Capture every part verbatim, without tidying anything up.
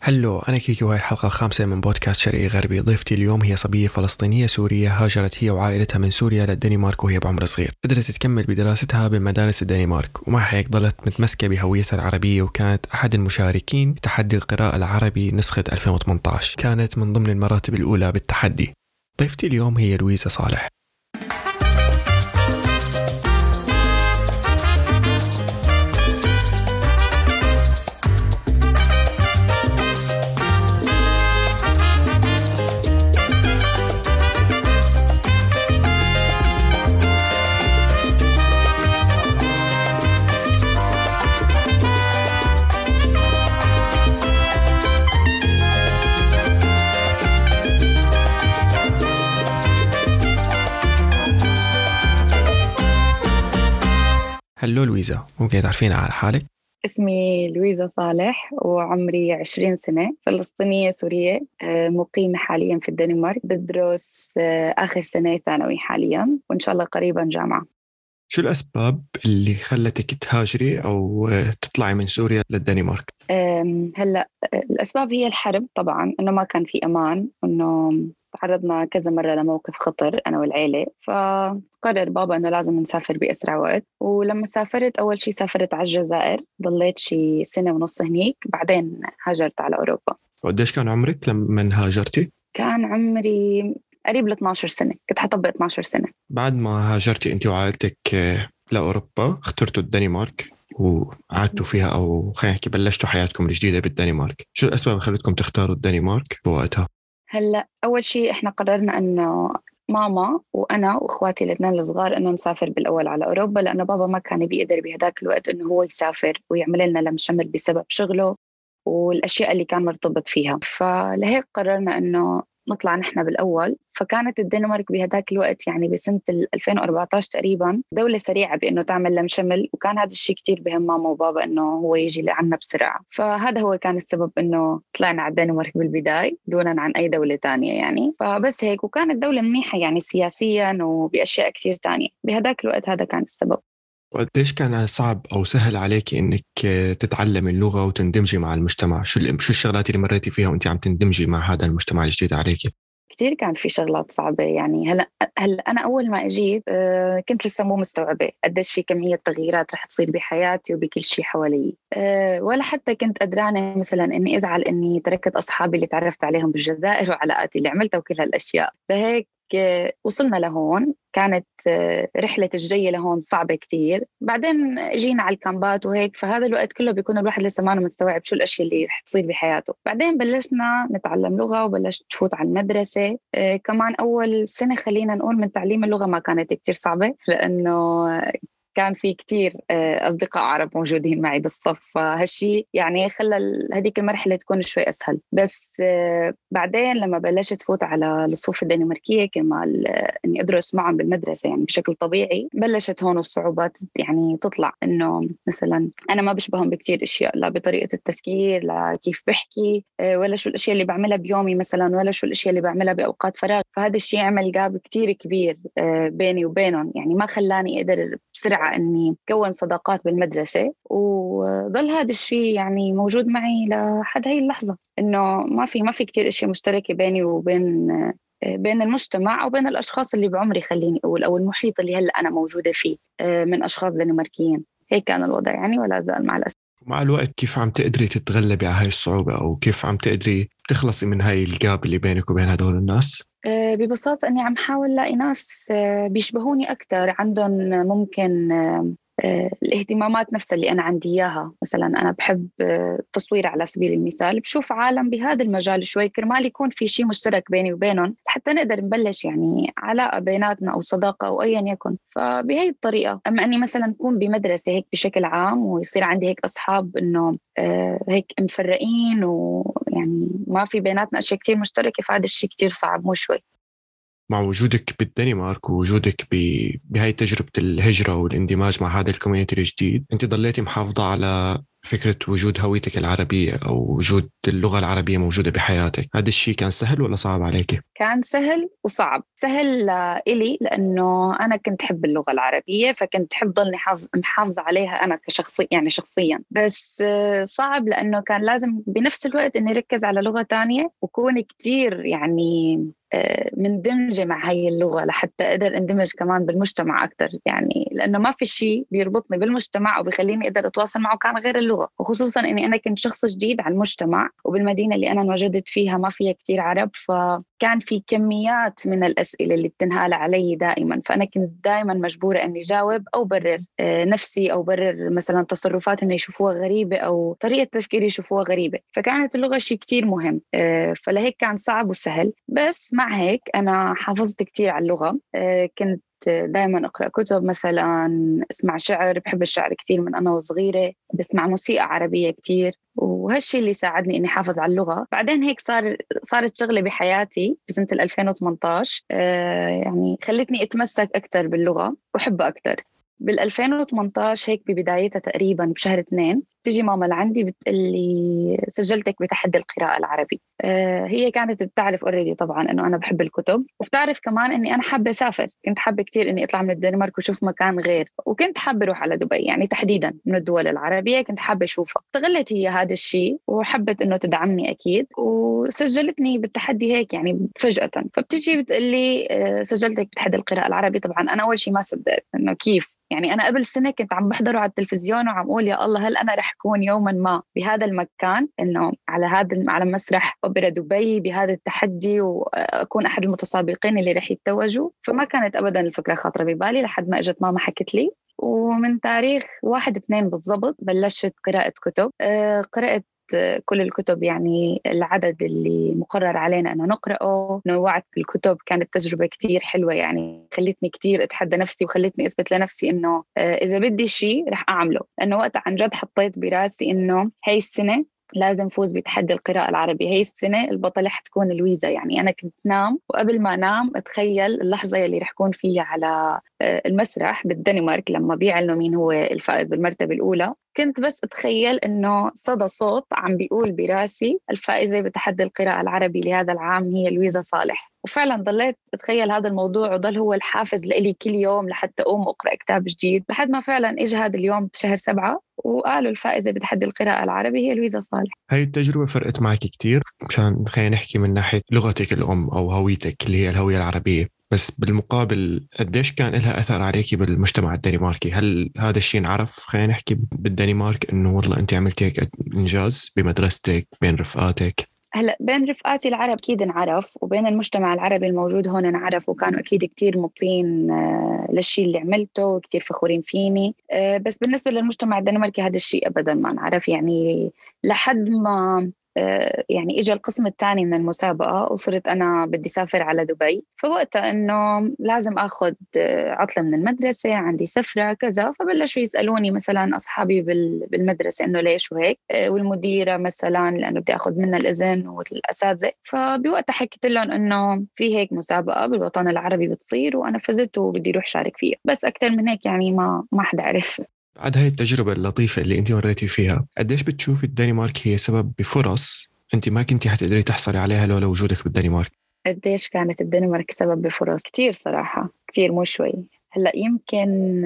هلو، أنا كيكي وهي الحلقة الخامسة من بودكاست شرقي غربي. ضيفتي اليوم هي صبية فلسطينية سورية هاجرت هي وعائلتها من سوريا للدنمارك وهي بعمر صغير. قدرت تكمل بدراستها بمدارس الدنمارك، ومع هيك ظلت متمسكة بهويتها العربية، وكانت أحد المشاركين بتحدي القراءة العربي نسخة ألفين وثمانية عشر. كانت من ضمن المراتب الأولى بالتحدي. ضيفتي اليوم هي لويزا صالح. هلو لويزا، ممكن تعرفين على حالك؟ اسمي لويزا صالح وعمري عشرين سنة، فلسطينية سورية، مقيمة حاليا في الدنمارك، بدرس آخر سنة ثانوي حاليا، وإن شاء الله قريبا جامعة. شو الأسباب اللي خلتك تهاجري أو تطلعي من سوريا للدنمارك؟ هلأ الأسباب هي الحرب طبعا، إنه ما كان في أمان، إنه تعرضنا كذا مرة لموقف خطر أنا والعيلة، فقرر بابا أنه لازم نسافر بأسرع وقت. ولما سافرت أول شيء سافرت على الجزائر، ضليت شي سنة ونص هنيك، بعدين هاجرت على أوروبا. وقديش كان عمرك لما هاجرتي؟ كان عمري قريب ل اثناشر سنة، كنت حطب اثناشر سنة. بعد ما هاجرتي أنت وعائلتك لأوروبا اخترتوا الدنمارك وقعدتوا فيها، أو خلينا نحكي بلشتوا حياتكم الجديدة بالدنمارك. شو الأسباب اللي خلتكم تختاروا الدنمارك بوقتها؟ هلأ أول شيء إحنا قررنا أنه ماما وأنا وإخواتي الاثنين الصغار أنه نسافر بالأول على أوروبا، لأنه بابا ما كان بيقدر بهداك الوقت أنه هو يسافر ويعمل لنا لم شمل بسبب شغله والأشياء اللي كان مرتبط فيها، فلهيك قررنا أنه نطلع نحن بالأول. فكانت الدنمارك بهداك الوقت يعني بسنة ألفين وأربعة عشر تقريبا دولة سريعة بأنه تعمل لم شمل، وكان هذا الشيء كتير بهم ماما وبابا أنه هو يجي لعنا بسرعة. فهذا هو كان السبب أنه طلعنا على الدنمارك بالبداية دونا عن أي دولة تانية يعني. فبس هيك، وكانت دولة منيحة يعني سياسيا وبأشياء كتير تانية بهداك الوقت، هذا كان السبب. وقديش كان صعب أو سهل عليك إنك تتعلمي اللغة وتندمجي مع المجتمع؟ شو شو الشغلات اللي مريتي فيها وأنت عم تندمجي مع هذا المجتمع الجديد عليكي؟ كتير كان في شغلات صعبة يعني. هلا هلا أنا أول ما أجيت أه كنت لسه مو مستوعبة قديش في كمية تغييرات رح تصير بحياتي وبكل شيء حوالي، أه ولا حتى كنت قدرانة مثلا إني أزعل إني تركت أصحابي اللي تعرفت عليهم بالجزائر وعلاقاتي اللي عملتها وكل هالأشياء. فهيك وصلنا لهون، كانت رحلة الجاية لهون صعبة كتير. بعدين جينا على الكامبات وهيك، فهذا الوقت كله بيكون الواحد لسه ما مستوعب شو الأشياء اللي رح تصير بحياته. بعدين بلشنا نتعلم لغة وبلشت تفوت على المدرسة. آه كمان أول سنة خلينا نقول من تعليم اللغة ما كانت كتير صعبة، لأنه كان في كتير أصدقاء عرب موجودين معي بالصف، فهالشي يعني خلى هذيك المرحلة تكون شوي أسهل. بس بعدين لما بلشت فوت على الصفوف الدنماركية كمان إني أدرس معهم بالمدرسة يعني بشكل طبيعي، بلشت هون الصعوبات يعني تطلع. إنه مثلا أنا ما بشبههم بكتير أشياء، لا بطريقة التفكير، لا كيف بحكي، ولا شو الأشياء اللي بعملها بيومي مثلا، ولا شو الأشياء اللي بعملها بأوقات فراغ. فهذا الشيء عمل جاب كتير كبير بيني وبينهم، يعني ما خلاني أقدر بسرعة أني كون صداقات بالمدرسة، وظل هذا الشيء يعني موجود معي لحد هاي اللحظة. إنه ما في ما في كتير أشياء مشتركة بيني وبين بين المجتمع أو بين الأشخاص اللي بعمري خليني أقول، أو المحيط اللي هلأ أنا موجودة فيه من أشخاص دنماركيين. هيك كان الوضع يعني، ولا زال مع الأسف. مع الوقت كيف عم تقدري تتغلبي على هاي الصعوبة، أو كيف عم تقدري تخلصي من هاي الجاب اللي بينك وبين هدول الناس؟ ببساطة أني عم حاول لاقي ناس بيشبهوني أكتر، عندهم ممكن الاهتمامات نفسها اللي أنا عندي إياها. مثلا أنا بحب التصوير على سبيل المثال، بشوف عالم بهذا المجال شوي، كرمال يكون في شيء مشترك بيني وبينهم حتى نقدر نبلش يعني علاقة بيناتنا أو صداقة أو أيا يكن. فبهي الطريقة. أما أني مثلا أكون بمدرسة هيك بشكل عام ويصير عندي هيك أصحاب إنه هيك مفرقين ويعني ما في بيناتنا أشياء كتير مشتركة، فهذا الشيء كتير صعب مو شوي. مع وجودك بالدنمارك ووجودك بهاي تجربة الهجرة والاندماج مع هذا الكوميونتي الجديد، أنت ضليتي محافظة على فكرة وجود هويتك العربية أو وجود اللغة العربية موجودة بحياتك، هذا الشيء كان سهل ولا صعب عليك؟ كان سهل وصعب. سهل آه، إلي لأنه أنا كنت أحب اللغة العربية، فكنت أحب ضلني حافظ محافظة عليها أنا كشخصي يعني شخصيا. بس آه، صعب لأنه كان لازم بنفس الوقت إني ركز على لغة تانية وكون كتير يعني آه، مندمجة مع هاي اللغة لحتى أقدر اندمج كمان بالمجتمع أكتر، يعني لأنه ما في شيء بيربطني بالمجتمع وبيخليني أقدر أتواصل معه كان غير اللغة، وخصوصا أني أنا كنت شخص جديد على المجتمع، وبالمدينة اللي أنا انوجدت فيها ما فيها كتير عرب، فكان في كميات من الأسئلة اللي بتنهال علي دائما، فأنا كنت دائما مجبورة أني جاوب أو برر آه، نفسي أو برر مثلا تصرفات أنه يشوفوها غريبة أو طريقة تفكيري يشوفوها غريبة، فكانت اللغة شيء كتير مهم. آه، فلهيك كان صعب وسهل. بس مع هيك أنا حافظت كتير على اللغة. آه، كنت دائما أقرأ كتب، مثلا اسمع شعر، بحب الشعر كتير من أنا وصغيرة، بسمع موسيقى عربية كتير، وهالشي اللي ساعدني إني حافظ على اللغة. بعدين هيك صار صارت شغلة بحياتي بسنة ألفين وثمانية عشر آه يعني خلتني أتمسك أكتر باللغة وأحبها أكتر. بال ألفين وثمانية عشر هيك ببدايتها تقريبا بشهر اثنين تجي ماما لعندي بتقلي سجلتك بتحدي القراءة العربي. آه هي كانت بتعرف اوريدي طبعا انه انا بحب الكتب، وبتعرف كمان اني انا حابة اسافر، كنت حابة كتير اني اطلع من الدنمارك وشوف مكان غير، وكنت حابة اروح على دبي يعني تحديدا من الدول العربية كنت حابة اشوفها. استغلت هي هذا الشيء وحبت انه تدعمني اكيد وسجلتني بالتحدي هيك يعني فجأة. فبتجي بتقلي آه سجلتك بتحدي القراءة العربي. طبعا انا اول شيء ما صدقت انه كيف يعني. أنا قبل سنة كنت عم بحضره على التلفزيون وعم أقول يا الله هل أنا رح أكون يوما ما بهذا المكان، إنه على هذا على مسرح أوبرا دبي بهذا التحدي وأكون أحد المتسابقين اللي رح يتوجوا. فما كانت أبدا الفكرة خاطرة ببالي لحد ما أجت ماما حكت لي. ومن تاريخ واحد اثنين بالضبط بلشت قراءة كتب. أه قرأت كل الكتب يعني العدد اللي مقرر علينا أنه نقرأه. نوعت بالكتب، كانت تجربة كتير حلوة يعني، خلتني كتير أتحدى نفسي وخلتني أثبت لنفسي أنه إذا بدي شيء رح أعمله. لأنه وقتها عن جد حطيت براسي أنه هاي السنة لازم فوز بتحدي القراءة العربي، هي السنة البطلة حتكون لويزا. يعني أنا كنت نام وقبل ما أنام أتخيل اللحظة اللي رح أكون فيها على المسرح بالدنمارك لما بيعلنوا مين هو الفائز بالمرتبة الأولى. كنت بس أتخيل إنه صدى صوت عم بيقول براسي الفائزة بتحدي القراءة العربي لهذا العام هي لويزا صالح. وفعلا ضليت أتخيل هذا الموضوع وضل هو الحافز لإلي كل يوم لحتى أقوم أقرأ كتاب جديد، لحد ما فعلا إجا هذا اليوم بشهر سبعة وقالوا الفائزة بتحدي القراءة العربي هي لويزا صالح. هاي التجربة فرقت معك كتير مشان خلينا نحكي من ناحية لغتك الأم أو هويتك اللي هي الهوية العربية، بس بالمقابل قديش كان لها أثر عليكي بالمجتمع الدنماركي؟ هل هذا الشيء انعرف خلينا نحكي بالدنمارك إنه والله أنت عملتي هيك إنجاز بمدرستك بين رفقاتك؟ هلا بين رفقاتي العرب اكيد انعرف، وبين المجتمع العربي الموجود هون انعرف، وكانوا اكيد كتير مبسوطين آه للشيء اللي عملته وكتير فخورين فيني. آه بس بالنسبه للمجتمع الدنماركي هذا الشيء ابدا ما انعرف يعني، لحد ما آه يعني اجى القسم الثاني من المسابقه وصرت انا بدي اسافر على دبي. فوقتها انه لازم اخذ آه عطله من المدرسه، عندي سفره كذا، فبلشوا يسالوني مثلا اصحابي بالمدرسه انه ليش وهيك، آه والمديره مثلا لانه بدي اخذ منها الاذن والاساتذه. فبوقتها حكيت لهم انه في هيك مسابقه بالوطن العربي بتصير وانا فزت وبدي اروح شارك فيها، بس اكثر من هيك يعني ما ما حدا عرف. بعد هاي التجربة اللطيفة اللي انت مريتي فيها، قديش بتشوفي الدنمارك هي سبب بفرص انت ما كنتي حتقدري تحصلي عليها لولا وجودك بالدنمارك؟ قديش كانت الدنمارك سبب بفرص كتير صراحة، كتير مو شوي. هلأ يمكن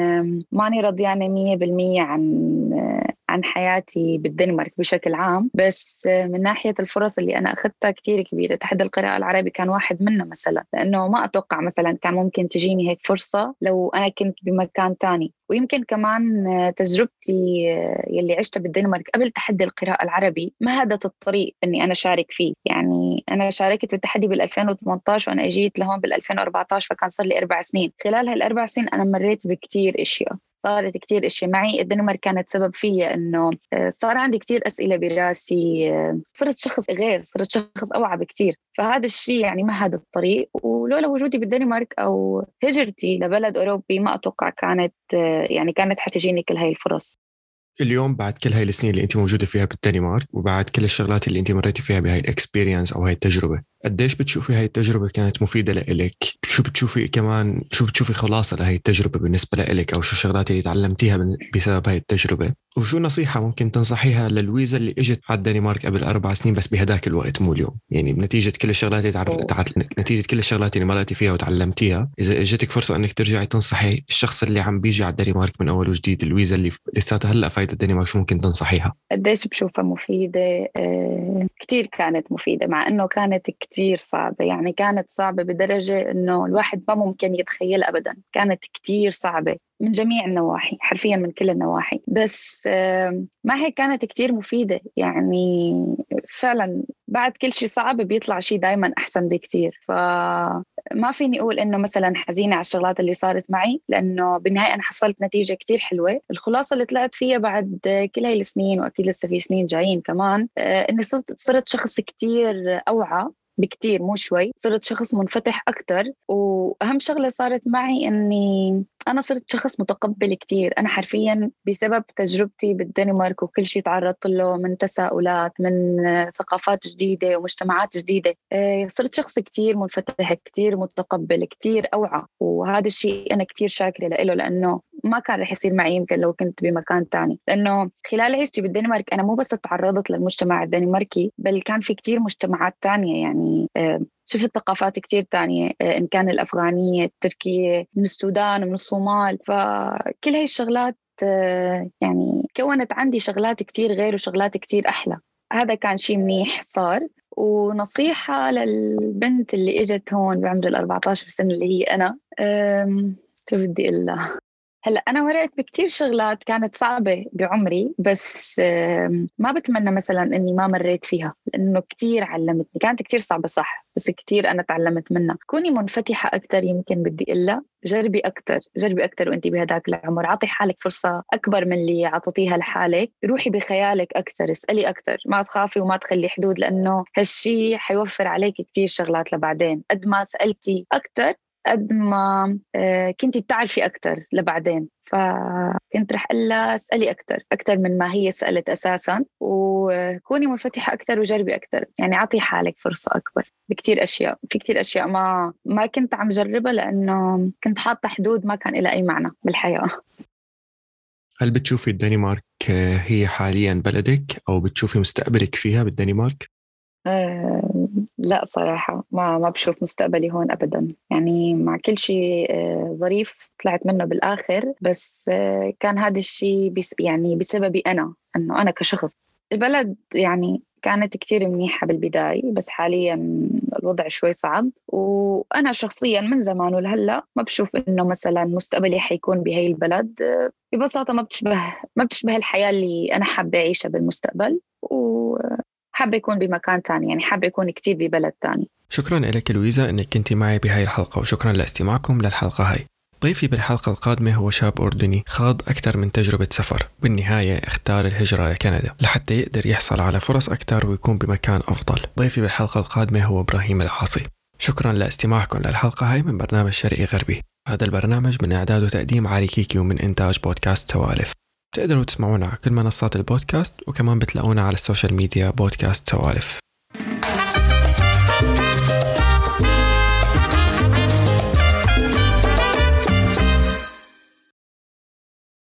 ماني رضيانة مية بالمية عن عن حياتي بالدنمارك بشكل عام، بس من ناحية الفرص اللي أنا أخذتها كتير كبيرة. تحدي القراءة العربي كان واحد منه مثلا، لأنه ما أتوقع مثلا كان ممكن تجيني هيك فرصة لو أنا كنت بمكان تاني. ويمكن كمان تجربتي يلي عشتها بالدنمارك قبل تحدي القراءة العربي مهدت الطريق أني أنا شارك فيه. يعني أنا شاركت بالتحدي بال ألفين وثمانية عشر وأنا أجيت لهون بال ألفين وأربعة عشر، فكان صار لي أربع سنين. خلال هالأربع سنين أنا مريت بكتير إشياء، صارت كتير إشي معي. الدنمارك كانت سبب فيها إنه صار عندي كتير أسئلة براسي، صرت شخص غير، صرت شخص أوعى بكتير. فهذا الشيء يعني مهد الطريق، ولولا وجودي بالدنمارك أو هجرتي لبلد أوروبي ما أتوقع كانت يعني كانت حتجيني كل هاي الفرص. اليوم بعد كل هاي السنين اللي انت موجودة فيها بالدنمارك وبعد كل الشغلات اللي انت مريتي فيها بهاي الاكسبيرينس او هاي التجربة، قديش بتشوفي هاي التجربة كانت مفيدة لإلك؟ شو بتشوفي كمان شو بتشوفي خلاصة لهي التجربة بالنسبة لإلك، أو شو الشغلات اللي تعلمتيها بسبب هاي التجربة؟ وشو نصيحة ممكن تنصحيها للويزا اللي إجت على الدنمارك قبل أربع سنين بس بهداك الوقت مو اليوم؟ يعني بنتيجة كل الشغلات اللي تعر... تعر... نتيجة كل الشغلات اللي مرقتي فيها وتعلمتيها، إذا إجتك فرصة إنك ترجعي تنصحي الشخص اللي عم بيجي على الدنمارك من أول وجديد، الويزا اللي لساتها هلأ فايدة الدنمارك، شو ممكن تنصحيها؟ قديش بشوفها مفيدة؟ آه، كتير كانت مفيدة، مع أنه كانت كتير صعبة. يعني كانت صعبة بدرجة أنه الواحد ما ممكن يتخيل أبدا. كانت كتير صعبة من جميع النواحي، حرفيا من كل النواحي. بس آه، ما هي كانت كتير مفيدة. يعني فعلا بعد كل شيء صعب بيطلع شيء دايما أحسن بكتير. فما فيني أقول إنه مثلا حزينة على الشغلات اللي صارت معي، لأنه بالنهاية أنا حصلت نتيجة كتير حلوة. الخلاصة اللي طلعت فيها بعد كل هاي السنين، وأكيد لسه في سنين جايين كمان، إني صرت صرت شخص كتير أوعى بكتير، مو شوي. صرت شخص منفتح أكتر، وأهم شغلة صارت معي إني أنا صرت شخص متقبل كتير. أنا حرفياً بسبب تجربتي بالدنمارك وكل شيء تعرضت له من تساؤلات، من ثقافات جديدة ومجتمعات جديدة، صرت شخص كتير منفتح، كتير متقبل، كتير أوعى. وهذا الشيء أنا كتير شاكرة له، لأنه ما كان رح يصير معي يمكن لو كنت بمكان تاني. لأنه خلال عيشتي بالدنمارك أنا مو بس تعرضت للمجتمع الدنماركي، بل كان في كتير مجتمعات تانية. يعني شفت ثقافات كتير تانية، إن كان الأفغانية، التركية، من السودان، من الصومال. فكل هاي الشغلات يعني كونت عندي شغلات كتير غير وشغلات كتير أحلى. هذا كان شيء منيح صار. ونصيحة للبنت اللي إجت هون بعمر الأربعة عشر سنة اللي هي أنا، شو بدي أقول لها؟ هلأ أنا مرقت بكتير شغلات كانت صعبة بعمري، بس ما بتمنى مثلا أني ما مريت فيها، لأنه كتير علمتني. كانت كتير صعبة صح، بس كتير أنا تعلمت منها. كوني منفتحة أكتر، يمكن بدي إلا جربي أكتر، جربي أكتر وأنتي بهداك العمر. عطي حالك فرصة أكبر من اللي عطتيها لحالك. روحي بخيالك أكتر، اسألي أكتر، ما تخافي وما تخلي حدود، لأنه هالشي حيوفر عليك كتير شغلات لبعدين. قد ما سألتي أكتر قد ما كنتي بتعرفي أكتر لبعدين. فكنت رح أقلها اسألي أكتر أكتر من ما هي سألت أساساً، وكوني منفتحة أكتر وجربي أكتر. يعني عطي حالك فرصة أكبر بكتير أشياء. في كتير أشياء ما ما كنت عم جربها، لأنه كنت حاطة حدود ما كان لها أي معنى بالحياة. هل بتشوفي الدنمارك هي حالياً بلدك، أو بتشوفي مستقبلك فيها بالدنمارك؟ أه لا صراحة ما ما بشوف مستقبلي هون أبدا. يعني مع كل شيء أه ظريف طلعت منه بالآخر، بس أه كان هذا الشيء بس يعني بسببي أنا، أنه أنا كشخص. البلد يعني كانت كتير منيحة بالبداية، بس حاليا الوضع شوي صعب. وأنا شخصيا من زمان ولهلا ما بشوف إنه مثلا مستقبلي حيكون بهاي البلد. أه ببساطة ما بتشبه ما بتشبه الحياة اللي أنا حابة أعيشها بالمستقبل، و حابة يكون بمكان تاني. يعني حابة يكون كتير ببلد تاني. شكرا لك لويزا انك كنتي معي بهاي الحلقة، وشكرا لاستماعكم للحلقة هاي. ضيفي بالحلقة القادمة هو شاب أردني خاض أكثر من تجربة سفر، بالنهاية اختار الهجرة لكندا لحتى يقدر يحصل على فرص أكثر ويكون بمكان أفضل. ضيفي بالحلقة القادمة هو إبراهيم العاصي. شكرا لاستماعكم للحلقة هاي من برنامج شرقي غربي. هذا البرنامج من إعداد وتقديم علي كيكي، ومن إنتاج بودكاست سوالف. بتقدروا تسمعونا على كل منصات البودكاست، وكمان بتلاقونا على السوشيال ميديا بودكاست سوالف.